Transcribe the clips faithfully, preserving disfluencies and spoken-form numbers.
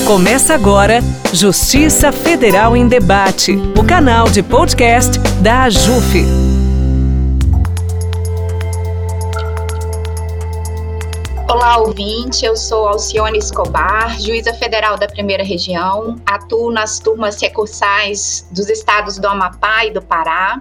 Começa agora Justiça Federal em Debate, o canal de podcast da AJUF. Olá, ouvinte, eu sou Alcione Escobar, juíza federal da Primeira Região, atuo nas turmas recursais dos estados do Amapá e do Pará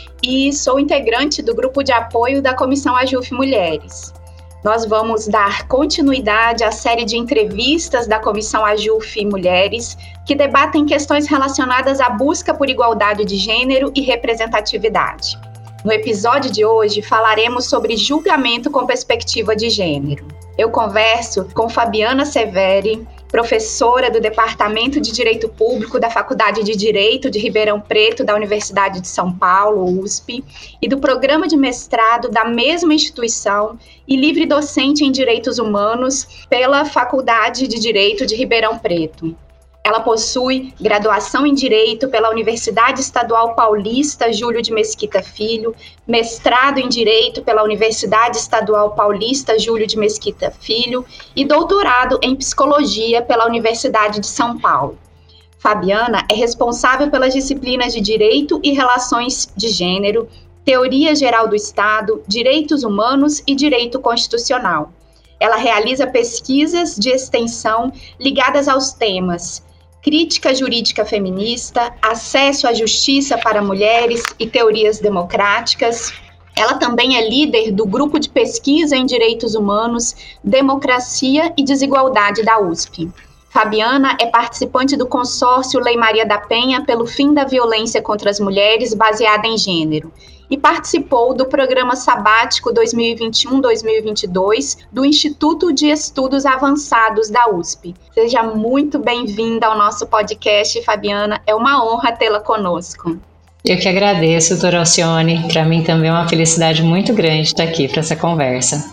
e sou integrante do grupo de apoio da Comissão AJUF Mulheres. Nós vamos dar continuidade à série de entrevistas da Comissão AJUF Mulheres, que debatem questões relacionadas à busca por igualdade de gênero e representatividade. No episódio de hoje, falaremos sobre julgamento com perspectiva de gênero. Eu converso com Fabiana Severi, professora do Departamento de Direito Público da Faculdade de Direito de Ribeirão Preto, da Universidade de São Paulo, U S P, e do Programa de Mestrado da mesma instituição e livre docente em Direitos Humanos pela Faculdade de Direito de Ribeirão Preto. Ela possui graduação em Direito pela Universidade Estadual Paulista Júlio de Mesquita Filho, mestrado em Direito pela Universidade Estadual Paulista Júlio de Mesquita Filho e doutorado em Psicologia pela Universidade de São Paulo. Fabiana é responsável pelas disciplinas de Direito e Relações de Gênero, Teoria Geral do Estado, Direitos Humanos e Direito Constitucional. Ela realiza pesquisas de extensão ligadas aos temas crítica jurídica feminista, acesso à justiça para mulheres e teorias democráticas. Ela também é líder do grupo de pesquisa em direitos humanos, democracia e desigualdade da U S P. Fabiana é participante do consórcio Lei Maria da Penha pelo fim da violência contra as mulheres baseada em gênero e participou do programa sabático dois mil e vinte e um a dois mil e vinte e dois do Instituto de Estudos Avançados da U S P. Seja muito bem-vinda ao nosso podcast, Fabiana. É uma honra tê-la conosco. Eu que agradeço, doutora Alcione. Para mim também é uma felicidade muito grande estar aqui para essa conversa.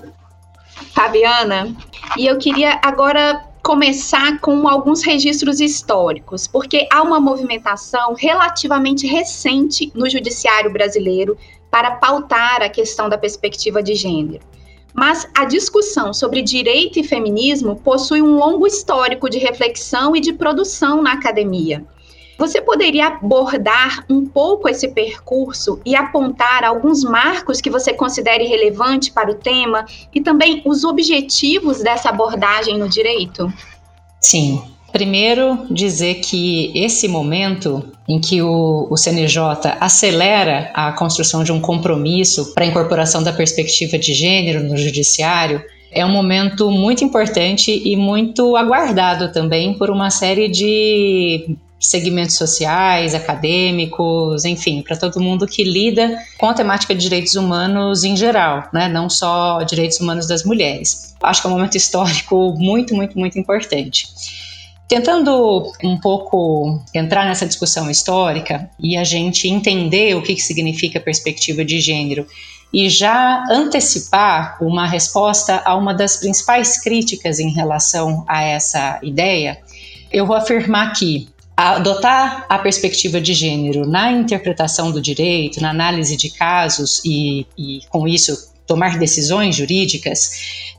Fabiana, e eu queria agora começar com alguns registros históricos, porque há uma movimentação relativamente recente no judiciário brasileiro para pautar a questão da perspectiva de gênero. Mas a discussão sobre direito e feminismo possui um longo histórico de reflexão e de produção na academia. Você poderia abordar um pouco esse percurso e apontar alguns marcos que você considere relevante para o tema e também os objetivos dessa abordagem no direito? Sim. Primeiro, dizer que esse momento em que o, o C N J acelera a construção de um compromisso para a incorporação da perspectiva de gênero no judiciário é um momento muito importante e muito aguardado também por uma série de segmentos sociais, acadêmicos, enfim, para todo mundo que lida com a temática de direitos humanos em geral, né? Não só direitos humanos das mulheres. Acho que é um momento histórico muito, muito, muito importante. Tentando um pouco entrar nessa discussão histórica e a gente entender o que, que significa perspectiva de gênero e já antecipar uma resposta a uma das principais críticas em relação a essa ideia, eu vou afirmar que adotar a perspectiva de gênero na interpretação do direito, na análise de casos e, e, com isso, tomar decisões jurídicas,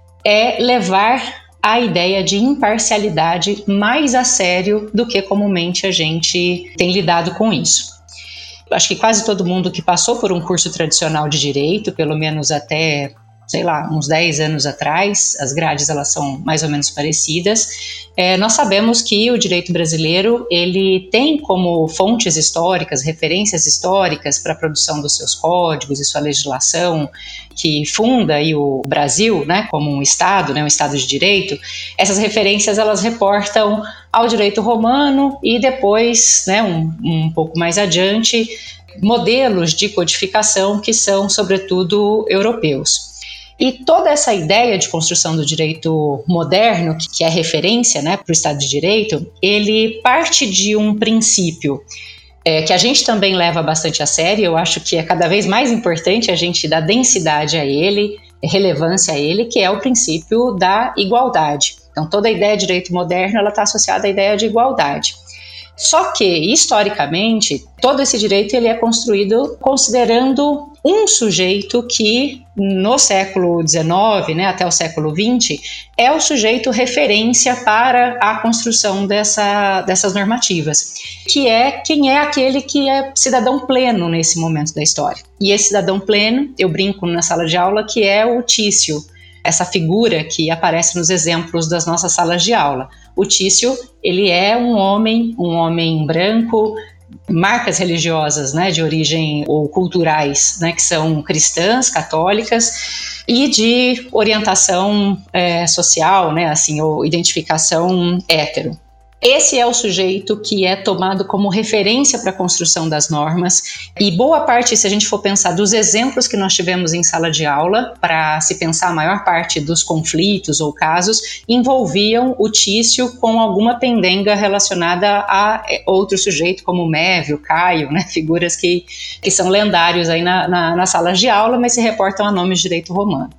é levar a ideia de imparcialidade mais a sério do que comumente a gente tem lidado com isso. Acho que quase todo mundo que passou por um curso tradicional de direito, pelo menos até, sei lá, uns dez anos atrás, as grades elas são mais ou menos parecidas, é, nós sabemos que o direito brasileiro ele tem como fontes históricas, referências históricas para a produção dos seus códigos e sua legislação, que funda aí o Brasil, né, como um Estado, né, um Estado de Direito. Essas referências elas reportam ao direito romano e depois, né, um, um pouco mais adiante, modelos de codificação que são, sobretudo, europeus. E toda essa ideia de construção do direito moderno, que é referência, né, para o Estado de Direito, ele parte de um princípio é, que a gente também leva bastante a sério. Eu acho que é cada vez mais importante a gente dar densidade a ele, relevância a ele, que é o princípio da igualdade. Então, toda a ideia de direito moderno ela está associada à ideia de igualdade. Só que, historicamente, todo esse direito ele é construído considerando um sujeito que, no século dezenove, né, até o século vinte, é o sujeito referência para a construção dessa, dessas normativas, que é quem é aquele que é cidadão pleno nesse momento da história. E esse cidadão pleno, eu brinco na sala de aula, que é o Tício, essa figura que aparece nos exemplos das nossas salas de aula. O Tício, ele é um homem, um homem branco, marcas religiosas, né, de origem ou culturais, né, que são cristãs, católicas e de orientação é, social, né, assim, ou identificação hétero. Esse é o sujeito que é tomado como referência para a construção das normas, e boa parte, se a gente for pensar dos exemplos que nós tivemos em sala de aula, para se pensar a maior parte dos conflitos ou casos, envolviam o Tício com alguma pendenga relacionada a outro sujeito, como Mévio, Caio, né, figuras que, que são lendários aí na, na, nas salas de aula, mas se reportam a nomes de direito romano.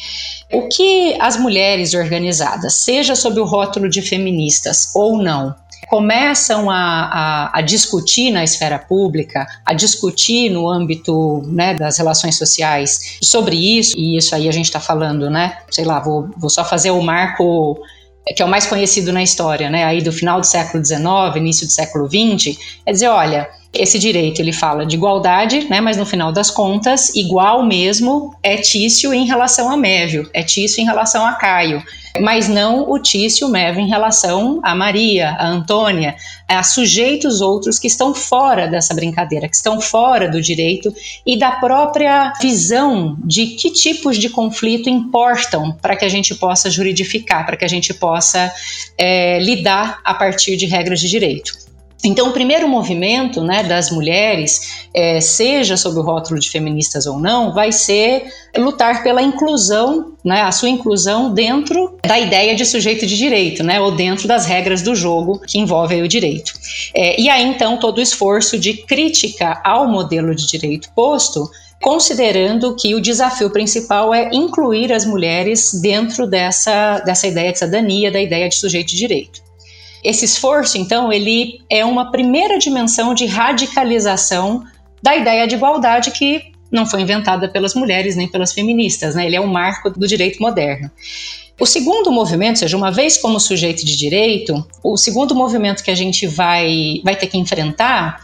O que as mulheres organizadas, seja sob o rótulo de feministas ou não, começam a, a, a discutir na esfera pública, a discutir no âmbito, né, das relações sociais sobre isso, e isso aí a gente está falando, né, sei lá, vou, vou só fazer o marco que é o mais conhecido na história, né, aí do final do século dezenove, início do século vinte, é dizer, olha, esse direito ele fala de igualdade, né, mas no final das contas, igual mesmo é Tício em relação a Mévio, é Tício em relação a Caio, mas não o Tício, o Mévio em relação a Maria, a Antônia, a sujeitos outros que estão fora dessa brincadeira, que estão fora do direito e da própria visão de que tipos de conflito importam para que a gente possa juridificar, para que a gente possa é, lidar a partir de regras de direito. Então, o primeiro movimento, né, das mulheres, é, seja sob o rótulo de feministas ou não, vai ser lutar pela inclusão, né, a sua inclusão dentro da ideia de sujeito de direito, né, ou dentro das regras do jogo que envolvem o direito. É, e aí, então, todo o esforço de crítica ao modelo de direito posto, considerando que o desafio principal é incluir as mulheres dentro dessa, dessa ideia de cidadania, da ideia de sujeito de direito. Esse esforço, então, ele é uma primeira dimensão de radicalização da ideia de igualdade que não foi inventada pelas mulheres nem pelas feministas, né? Ele é um marco do direito moderno. O segundo movimento, ou seja, uma vez como sujeito de direito, o segundo movimento que a gente vai, vai ter que enfrentar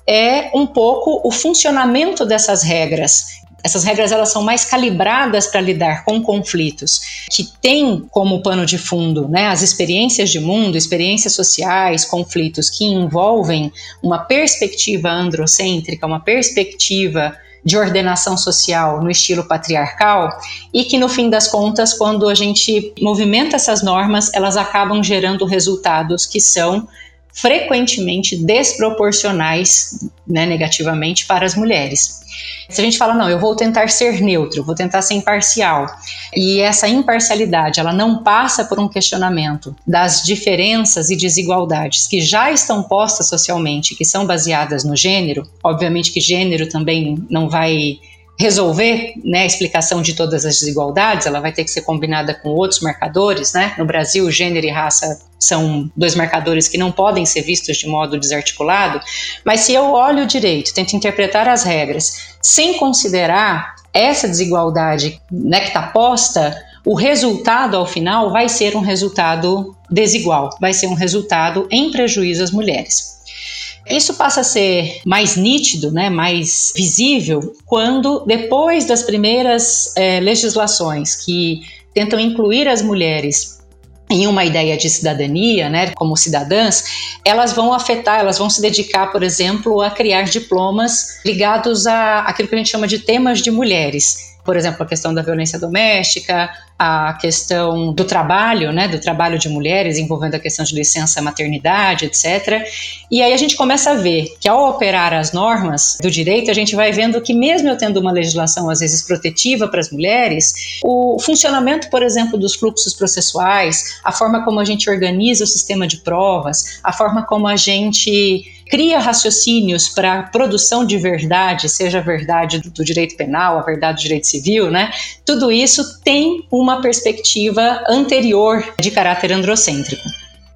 é um pouco o funcionamento dessas regras. Essas regras elas são mais calibradas para lidar com conflitos que têm como pano de fundo, né, as experiências de mundo, experiências sociais, conflitos que envolvem uma perspectiva androcêntrica, uma perspectiva de ordenação social no estilo patriarcal e que, no fim das contas, quando a gente movimenta essas normas, elas acabam gerando resultados que são frequentemente desproporcionais, né, negativamente para as mulheres. Se a gente fala, não, eu vou tentar ser neutro, vou tentar ser imparcial, e essa imparcialidade ela não passa por um questionamento das diferenças e desigualdades que já estão postas socialmente, que são baseadas no gênero, obviamente que gênero também não vai resolver, né, a explicação de todas as desigualdades, ela vai ter que ser combinada com outros marcadores, né? No Brasil, gênero e raça são dois marcadores que não podem ser vistos de modo desarticulado, mas se eu olho o direito, tento interpretar as regras, sem considerar essa desigualdade, né, que está posta, o resultado ao final vai ser um resultado desigual, vai ser um resultado em prejuízo às mulheres. Isso passa a ser mais nítido, né, mais visível, quando depois das primeiras é, legislações que tentam incluir as mulheres em uma ideia de cidadania, né, como cidadãs, elas vão afetar, elas vão se dedicar, por exemplo, a criar diplomas ligados a aquilo que a gente chama de temas de mulheres. Por exemplo, a questão da violência doméstica, a questão do trabalho, né, do trabalho de mulheres, envolvendo a questão de licença maternidade, etcétera. E aí a gente começa a ver que ao operar as normas do direito, a gente vai vendo que mesmo eu tendo uma legislação às vezes protetiva para as mulheres, o funcionamento, por exemplo, dos fluxos processuais, a forma como a gente organiza o sistema de provas, a forma como a gente cria raciocínios para a produção de verdade, seja a verdade do direito penal, a verdade do direito civil, né? Tudo isso tem uma perspectiva anterior de caráter androcêntrico.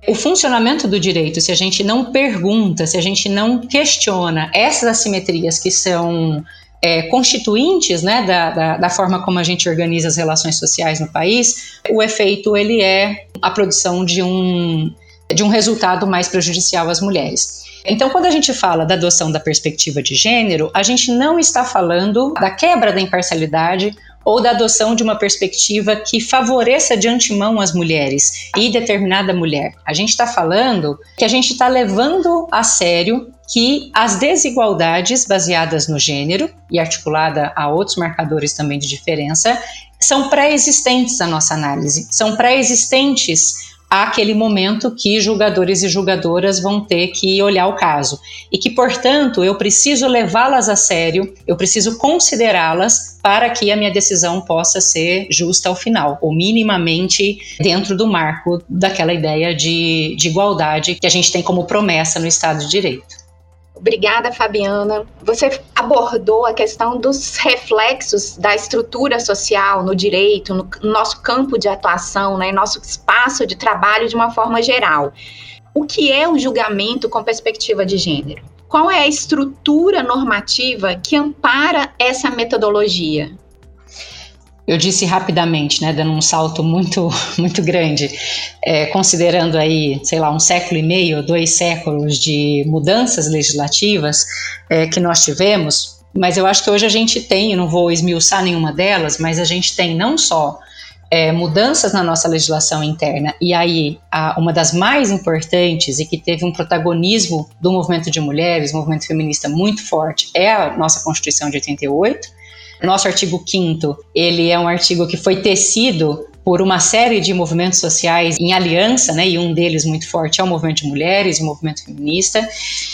O funcionamento do direito, se a gente não pergunta, se a gente não questiona essas assimetrias que são é, constituintes, né, da, da, da forma como a gente organiza as relações sociais no país, o efeito ele é a produção de um, de um resultado mais prejudicial às mulheres. Então, quando a gente fala da adoção da perspectiva de gênero, a gente não está falando da quebra da imparcialidade ou da adoção de uma perspectiva que favoreça de antemão as mulheres e determinada mulher. A gente está falando que a gente está levando a sério que as desigualdades baseadas no gênero e articulada a outros marcadores também de diferença são pré-existentes à nossa análise, são pré-existentes àquele momento que julgadores e julgadoras vão ter que olhar o caso e que, portanto, eu preciso levá-las a sério, eu preciso considerá-las para que a minha decisão possa ser justa ao final, ou minimamente dentro do marco daquela ideia de, de igualdade que a gente tem como promessa no Estado de Direito. Obrigada, Fabiana. Você abordou a questão dos reflexos da estrutura social no direito, no nosso campo de atuação, né, nosso espaço de trabalho de uma forma geral. O que é o julgamento com perspectiva de gênero? Qual é a estrutura normativa que ampara essa metodologia? Eu disse rapidamente, né, dando um salto muito, muito grande, é, considerando aí, sei lá, um século e meio, dois séculos de mudanças legislativas é, que nós tivemos, mas eu acho que hoje a gente tem, eu não vou esmiuçar nenhuma delas, mas a gente tem não só é, mudanças na nossa legislação interna, e aí a, uma das mais importantes e que teve um protagonismo do movimento de mulheres, movimento feminista muito forte, é a nossa Constituição de oitenta e oito. Nosso artigo quinto, ele é um artigo que foi tecido por uma série de movimentos sociais em aliança, né, e um deles muito forte é o movimento de mulheres, o movimento feminista.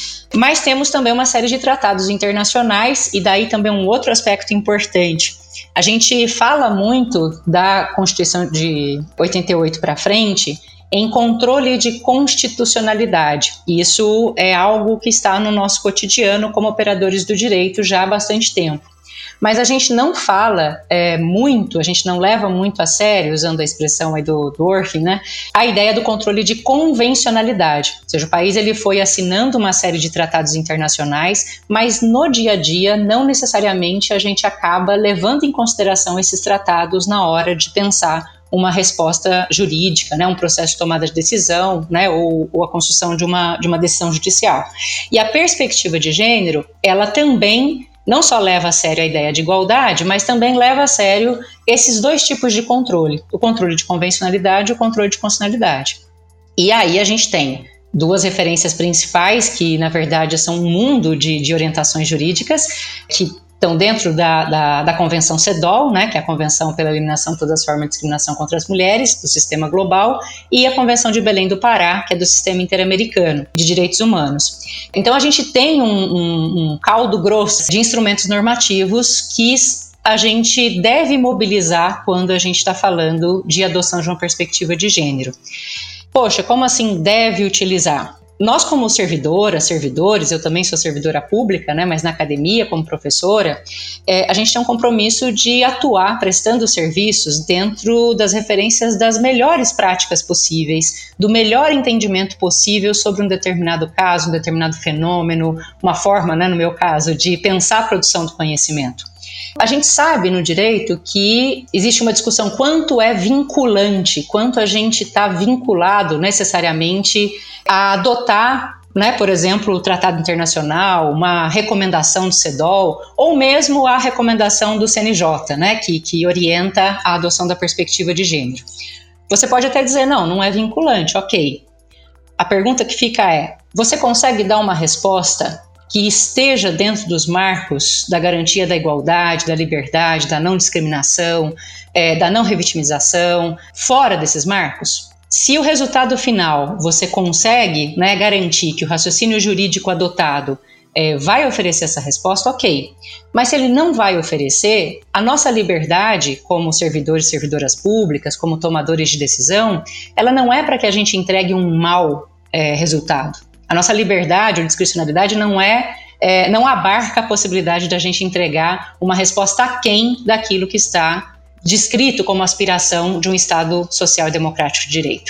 Mas temos também uma série de tratados internacionais e daí também um outro aspecto importante. A gente fala muito da Constituição de oitenta e oito para frente em controle de constitucionalidade. Isso é algo que está no nosso cotidiano como operadores do direito já há bastante tempo. Mas a gente não fala é, muito, a gente não leva muito a sério, usando a expressão aí do, do Orphan, né, a ideia do controle de convencionalidade. Ou seja, o país ele foi assinando uma série de tratados internacionais, mas no dia a dia, não necessariamente a gente acaba levando em consideração esses tratados na hora de pensar uma resposta jurídica, né, um processo de tomada de decisão, né, ou, ou a construção de uma, de uma decisão judicial. E a perspectiva de gênero, ela também não só leva a sério a ideia de igualdade, mas também leva a sério esses dois tipos de controle, o controle de convencionalidade e o controle de constitucionalidade. E aí a gente tem duas referências principais que, na verdade, são um mundo de, de orientações jurídicas que estão dentro da, da, da Convenção CEDAW, né, que é a Convenção pela Eliminação de Todas as Formas de Discriminação contra as Mulheres, do Sistema Global, e a Convenção de Belém do Pará, que é do Sistema Interamericano de Direitos Humanos. Então a gente tem um, um, um caldo grosso de instrumentos normativos que a gente deve mobilizar quando a gente está falando de adoção de uma perspectiva de gênero. Poxa, como assim deve utilizar? Nós, como servidoras, servidores, eu também sou servidora pública, né, mas na academia, como professora, é, a gente tem um compromisso de atuar prestando serviços dentro das referências das melhores práticas possíveis, do melhor entendimento possível sobre um determinado caso, um determinado fenômeno, uma forma, né, no meu caso, de pensar a produção do conhecimento. A gente sabe no direito que existe uma discussão quanto é vinculante, quanto a gente está vinculado necessariamente a adotar, né, por exemplo, o Tratado Internacional, uma recomendação do CEDAW, ou mesmo a recomendação do C N J, né, que, que orienta a adoção da perspectiva de gênero. Você pode até dizer, não, não é vinculante, ok. A pergunta que fica é, você consegue dar uma resposta que esteja dentro dos marcos da garantia da igualdade, da liberdade, da não discriminação, é, da não revitimização, fora desses marcos? Se o resultado final você consegue, né, garantir que o raciocínio jurídico adotado é, vai oferecer essa resposta, ok. Mas se ele não vai oferecer, a nossa liberdade como servidores e servidoras públicas, como tomadores de decisão, ela não é para que a gente entregue um mau é, resultado. A nossa liberdade ou discricionalidade não é, é, não abarca a possibilidade de a gente entregar uma resposta aquém daquilo que está descrito como aspiração de um Estado social e democrático de direito.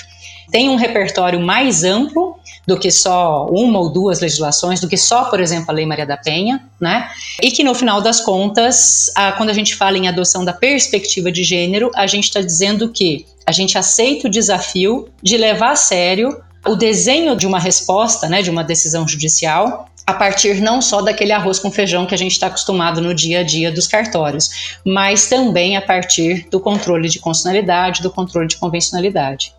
tem um repertório mais amplo do que só uma ou duas legislações, do que só, por exemplo, a Lei Maria da Penha, né? E que no final das contas, a, quando a gente fala em adoção da perspectiva de gênero, a gente está dizendo que a gente aceita o desafio de levar a sério o desenho de uma resposta, né, de uma decisão judicial, a partir não só daquele arroz com feijão que a gente está acostumado no dia a dia dos cartórios, mas também a partir do controle de constitucionalidade, do controle de convencionalidade.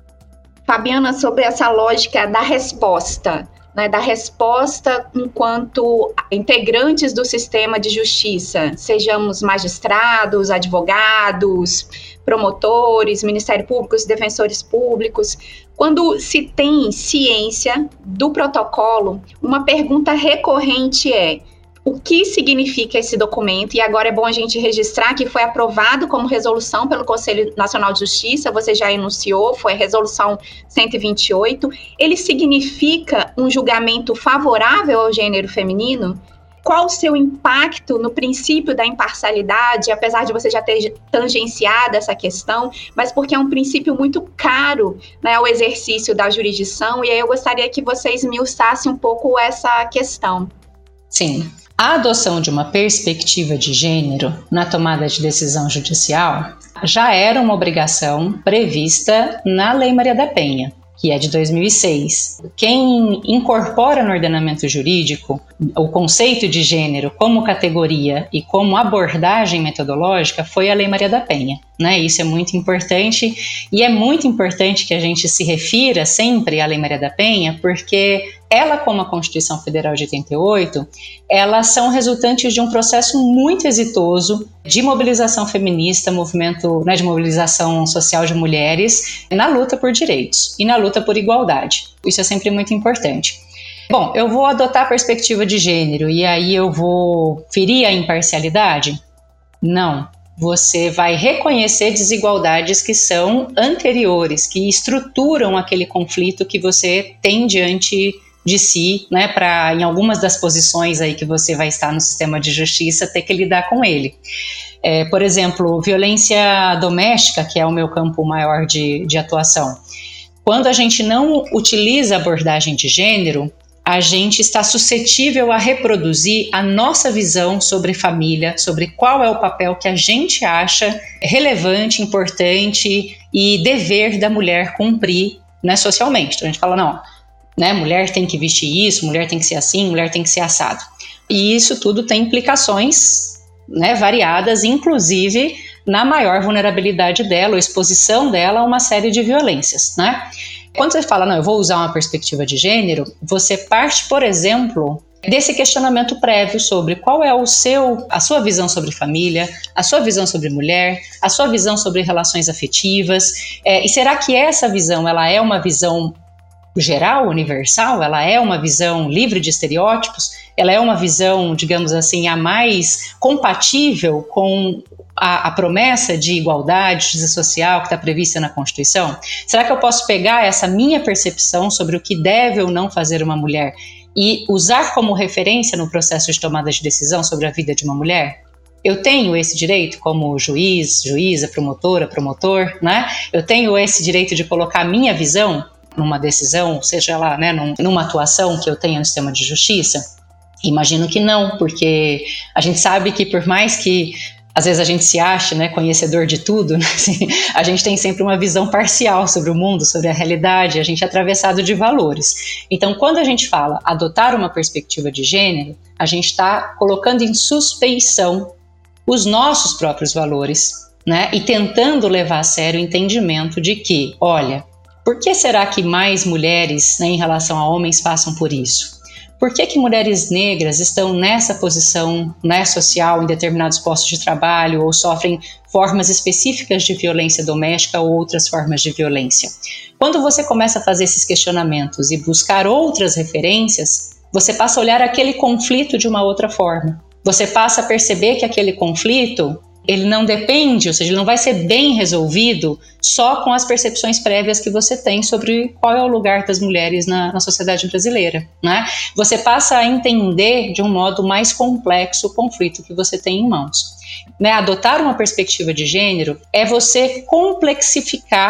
Fabiana, sobre essa lógica da resposta, né, da resposta enquanto integrantes do sistema de justiça, sejamos magistrados, advogados, promotores, Ministério Público, defensores públicos, quando se tem ciência do protocolo, uma pergunta recorrente é: o que significa esse documento? E agora é bom a gente registrar que foi aprovado como resolução pelo Conselho Nacional de Justiça, você já enunciou, foi a resolução cento e vinte e oito. Ele significa um julgamento favorável ao gênero feminino? Qual o seu impacto no princípio da imparcialidade, apesar de você já ter tangenciado essa questão, mas porque é um princípio muito caro, né, ao exercício da jurisdição, e aí eu gostaria que vocês esmiuçassem um pouco essa questão. Sim. A adoção de uma perspectiva de gênero na tomada de decisão judicial já era uma obrigação prevista na Lei Maria da Penha, que é de dois mil e seis. Quem incorpora no ordenamento jurídico o conceito de gênero como categoria e como abordagem metodológica foi a Lei Maria da Penha, né? Isso é muito importante, e é muito importante que a gente se refira sempre à Lei Maria da Penha, porque ela, como a Constituição Federal de oitenta e oito, elas são resultantes de um processo muito exitoso de mobilização feminista, movimento, né, de mobilização social de mulheres na luta por direitos e na luta por igualdade. Isso é sempre muito importante. Bom, eu vou adotar a perspectiva de gênero e aí eu vou ferir a imparcialidade? Não. Você vai reconhecer desigualdades que são anteriores, que estruturam aquele conflito que você tem diante de si, né, para em algumas das posições aí que você vai estar no sistema de justiça ter que lidar com ele. É, por exemplo, violência doméstica, que é o meu campo maior de, de atuação. Quando a gente não utiliza a abordagem de gênero, a gente está suscetível a reproduzir a nossa visão sobre família, sobre qual é o papel que a gente acha relevante, importante e dever da mulher cumprir, né, socialmente. Então a gente fala, não, né, mulher tem que vestir isso, mulher tem que ser assim, mulher tem que ser assado. E isso tudo tem implicações, né, variadas, inclusive na maior vulnerabilidade dela, ou exposição dela a uma série de violências, né? Quando você fala, não, eu vou usar uma perspectiva de gênero, você parte, por exemplo, desse questionamento prévio sobre qual é o seu, a sua visão sobre família, a sua visão sobre mulher, a sua visão sobre relações afetivas, é, e será que essa visão, ela é uma visão geral, universal? Ela é uma visão livre de estereótipos? Ela é uma visão, digamos assim, a mais compatível com a, a promessa de igualdade, justiça social que está prevista na Constituição? Será que eu posso pegar essa minha percepção sobre o que deve ou não fazer uma mulher e usar como referência no processo de tomada de decisão sobre a vida de uma mulher? Eu tenho esse direito como juiz, juíza, promotora, promotor, né? Eu tenho esse direito de colocar a minha visão numa decisão, seja lá, né, num, numa atuação que eu tenha no sistema de justiça? Imagino que não, porque a gente sabe que por mais que às vezes a gente se ache, né, conhecedor de tudo, né, assim, a gente tem sempre uma visão parcial sobre o mundo, sobre a realidade, a gente é atravessado de valores. Então, quando a gente fala adotar uma perspectiva de gênero, a gente está colocando em suspeição os nossos próprios valores, né, e tentando levar a sério o entendimento de que, olha, por que será que mais mulheres, né, em relação a homens passam por isso? Por que que mulheres negras estão nessa posição, né, social em determinados postos de trabalho ou sofrem formas específicas de violência doméstica ou outras formas de violência? Quando você começa a fazer esses questionamentos e buscar outras referências, você passa a olhar aquele conflito de uma outra forma. Você passa a perceber que aquele conflito, ele não depende, ou seja, ele não vai ser bem resolvido só com as percepções prévias que você tem sobre qual é o lugar das mulheres na, na sociedade brasileira, né? Você passa a entender de um modo mais complexo o conflito que você tem em mãos. Né? Adotar uma perspectiva de gênero é você complexificar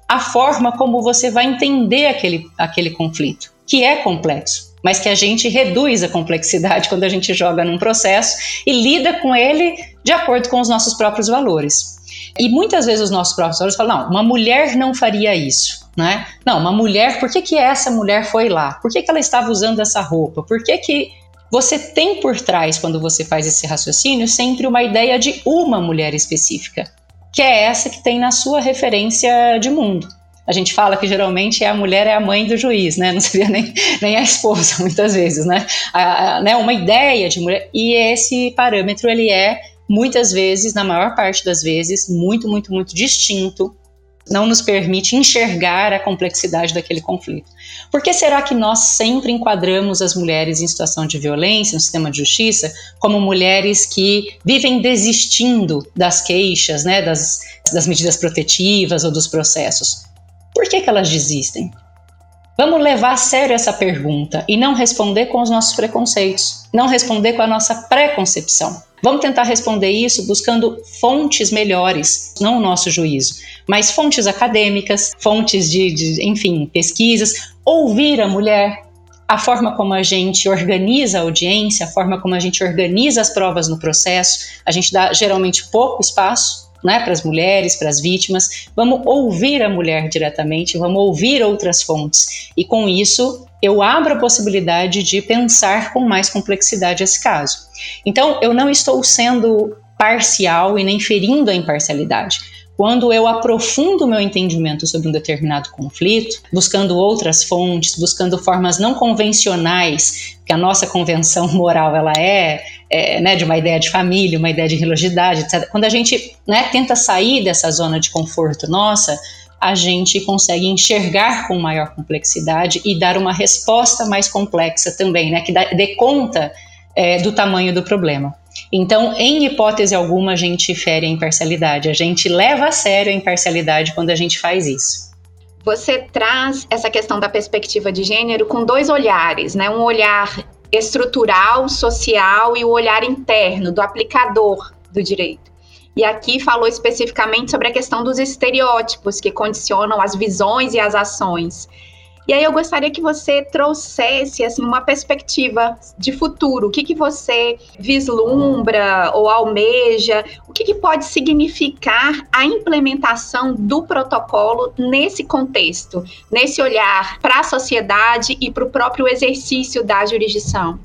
a forma como você vai entender aquele, aquele conflito, que é complexo, mas que a gente reduz a complexidade quando a gente joga num processo e lida com ele de acordo com os nossos próprios valores. E muitas vezes os nossos próprios valores falam, não, uma mulher não faria isso, né? Não, uma mulher, por que que essa mulher foi lá? Por que que ela estava usando essa roupa? Por que que você tem por trás, quando você faz esse raciocínio, sempre uma ideia de uma mulher específica, que é essa que tem na sua referência de mundo. A gente fala que geralmente a mulher é a mãe do juiz, né? Não seria nem, nem a esposa, muitas vezes, né? A, a, né? Uma ideia de mulher. E esse parâmetro, ele é, muitas vezes, na maior parte das vezes, muito, muito, muito distinto. Não nos permite enxergar a complexidade daquele conflito. Por que será que nós sempre enquadramos as mulheres em situação de violência no sistema de justiça como mulheres que vivem desistindo das queixas, né? das, das medidas protetivas ou dos processos? Por que que elas desistem? Vamos levar a sério essa pergunta e não responder com os nossos preconceitos, não responder com a nossa preconcepção. Vamos tentar responder isso buscando fontes melhores, não o nosso juízo, mas fontes acadêmicas, fontes de, de, enfim, pesquisas, ouvir a mulher, a forma como a gente organiza a audiência, a forma como a gente organiza as provas no processo. A gente dá geralmente pouco espaço, né, para as mulheres, para as vítimas. Vamos ouvir a mulher diretamente, vamos ouvir outras fontes. E com isso, eu abro a possibilidade de pensar com mais complexidade esse caso. Então, eu não estou sendo parcial e nem ferindo a imparcialidade. Quando eu aprofundo o meu entendimento sobre um determinado conflito, buscando outras fontes, buscando formas não convencionais, que a nossa convenção moral ela é, é né, de uma ideia de família, uma ideia de religiosidade, etcétera. Quando a gente, né, tenta sair dessa zona de conforto nossa, a gente consegue enxergar com maior complexidade e dar uma resposta mais complexa também, né, que dá, dê conta é, do tamanho do problema. Então, em hipótese alguma, a gente fere a imparcialidade, a gente leva a sério a imparcialidade quando a gente faz isso. Você traz essa questão da perspectiva de gênero com dois olhares, né? Um olhar estrutural, social e o olhar interno do aplicador do direito. E aqui falou especificamente sobre a questão dos estereótipos que condicionam as visões e as ações. E aí eu gostaria que você trouxesse assim, uma perspectiva de futuro. O que, que você vislumbra ou almeja? O que, que pode significar a implementação do protocolo nesse contexto, nesse olhar para a sociedade e para o próprio exercício da jurisdição?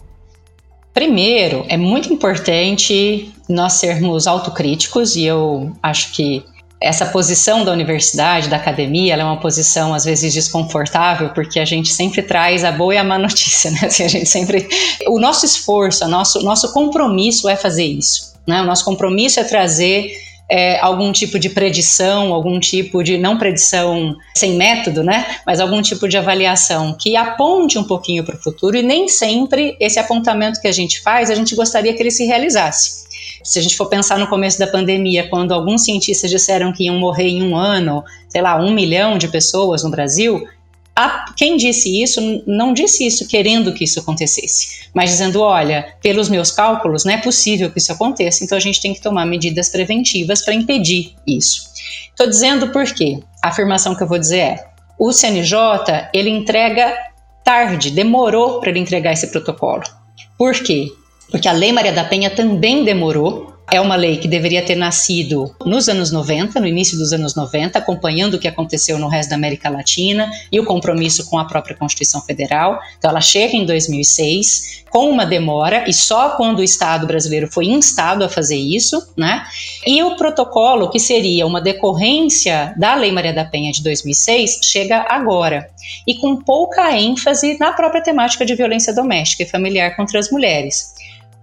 Primeiro, é muito importante nós sermos autocríticos, e eu acho que essa posição da universidade, da academia, ela é uma posição às vezes desconfortável, porque a gente sempre traz a boa e a má notícia, né? Assim, a gente sempre, o nosso esforço, o nosso, nosso compromisso é fazer isso, né? O nosso compromisso é trazer é, algum tipo de predição, algum tipo de, não predição sem método, né? Mas algum tipo de avaliação que aponte um pouquinho para o futuro, e nem sempre esse apontamento que a gente faz, a gente gostaria que ele se realizasse. Se a gente for pensar no começo da pandemia, quando alguns cientistas disseram que iam morrer em um ano, sei lá, um milhão de pessoas no Brasil, a, quem disse isso não disse isso querendo que isso acontecesse, mas dizendo, olha, pelos meus cálculos não é possível que isso aconteça, então a gente tem que tomar medidas preventivas para impedir isso. Estou dizendo por quê? A afirmação que eu vou dizer é, o C N J, ele entrega tarde, demorou para ele entregar esse protocolo. Por quê? Porque a Lei Maria da Penha também demorou. É uma lei que deveria ter nascido nos anos noventa, no início dos anos noventa, acompanhando o que aconteceu no resto da América Latina e o compromisso com a própria Constituição Federal. Então ela chega em dois mil e seis, com uma demora, e só quando o Estado brasileiro foi instado a fazer isso, né? E o protocolo, que seria uma decorrência da Lei Maria da Penha de dois mil e seis, chega agora. E com pouca ênfase na própria temática de violência doméstica e familiar contra as mulheres.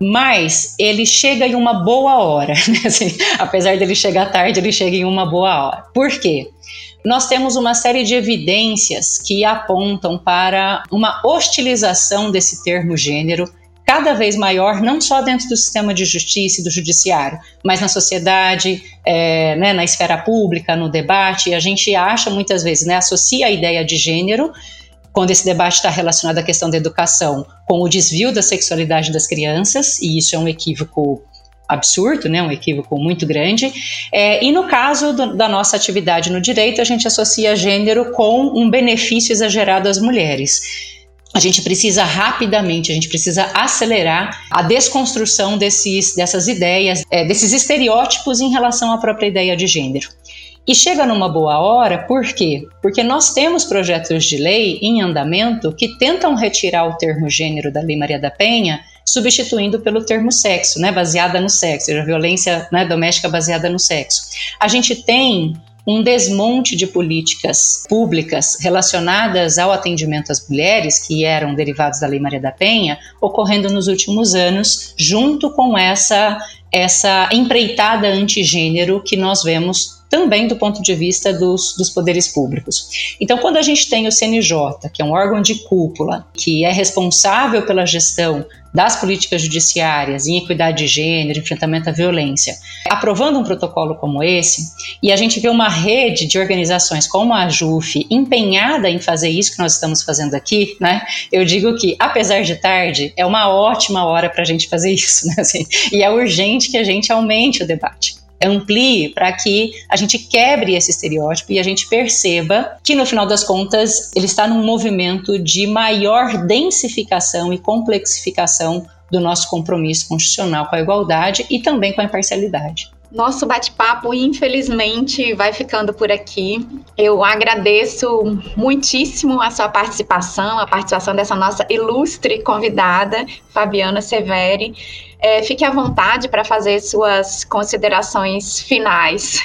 Mas ele chega em uma boa hora, né? Assim, apesar dele chegar tarde, ele chega em uma boa hora. Por quê? Nós temos uma série de evidências que apontam para uma hostilização desse termo gênero cada vez maior, não só dentro do sistema de justiça e do judiciário, mas na sociedade, é, né, na esfera pública, no debate. A gente acha muitas vezes, né, associa a ideia de gênero, quando esse debate está relacionado à questão da educação, com o desvio da sexualidade das crianças, e isso é um equívoco absurdo, né, um equívoco muito grande. É, e no caso do, da nossa atividade no direito, a gente associa gênero com um benefício exagerado às mulheres. A gente precisa rapidamente, a gente precisa acelerar a desconstrução desses, dessas ideias, é, desses estereótipos em relação à própria ideia de gênero. E chega numa boa hora, por quê? Porque nós temos projetos de lei em andamento que tentam retirar o termo gênero da Lei Maria da Penha, substituindo pelo termo sexo, né, baseada no sexo, a violência, né, doméstica baseada no sexo. A gente tem um desmonte de políticas públicas relacionadas ao atendimento às mulheres, que eram derivados da Lei Maria da Penha, ocorrendo nos últimos anos, junto com essa, essa empreitada antigênero que nós vemos também do ponto de vista dos, dos poderes públicos. Então, quando a gente tem o C N J, que é um órgão de cúpula, que é responsável pela gestão das políticas judiciárias em equidade de gênero, enfrentamento à violência, aprovando um protocolo como esse, e a gente vê uma rede de organizações como a AJUF empenhada em fazer isso que nós estamos fazendo aqui, né? Eu digo que, apesar de tarde, é uma ótima hora para a gente fazer isso, né? Assim, e é urgente que a gente aumente o debate, amplie para que a gente quebre esse estereótipo e a gente perceba que, no final das contas, ele está num movimento de maior densificação e complexificação do nosso compromisso constitucional com a igualdade e também com a imparcialidade. Nosso bate-papo, infelizmente, vai ficando por aqui. Eu agradeço muitíssimo a sua participação, a participação dessa nossa ilustre convidada, Fabiana Severi. É, fique à vontade para fazer suas considerações finais.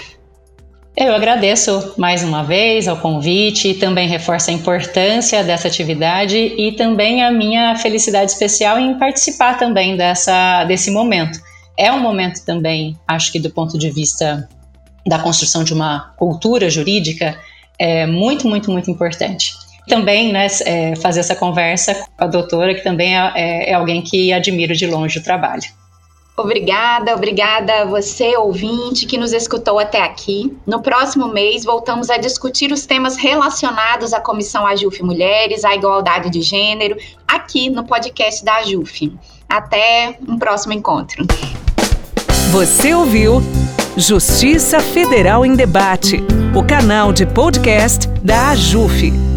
Eu agradeço mais uma vez ao convite e também reforço a importância dessa atividade e também a minha felicidade especial em participar também dessa, desse momento. É um momento também, acho que do ponto de vista da construção de uma cultura jurídica, é muito, muito, muito importante. Também, né, é, fazer essa conversa com a doutora, que também é, é, é alguém que admiro de longe o trabalho. Obrigada, obrigada a você, ouvinte, que nos escutou até aqui. No próximo mês, voltamos a discutir os temas relacionados à Comissão AJUF Mulheres, à igualdade de gênero, aqui no podcast da AJUF. Até um próximo encontro. Você ouviu Justiça Federal em Debate, o canal de podcast da AJUF.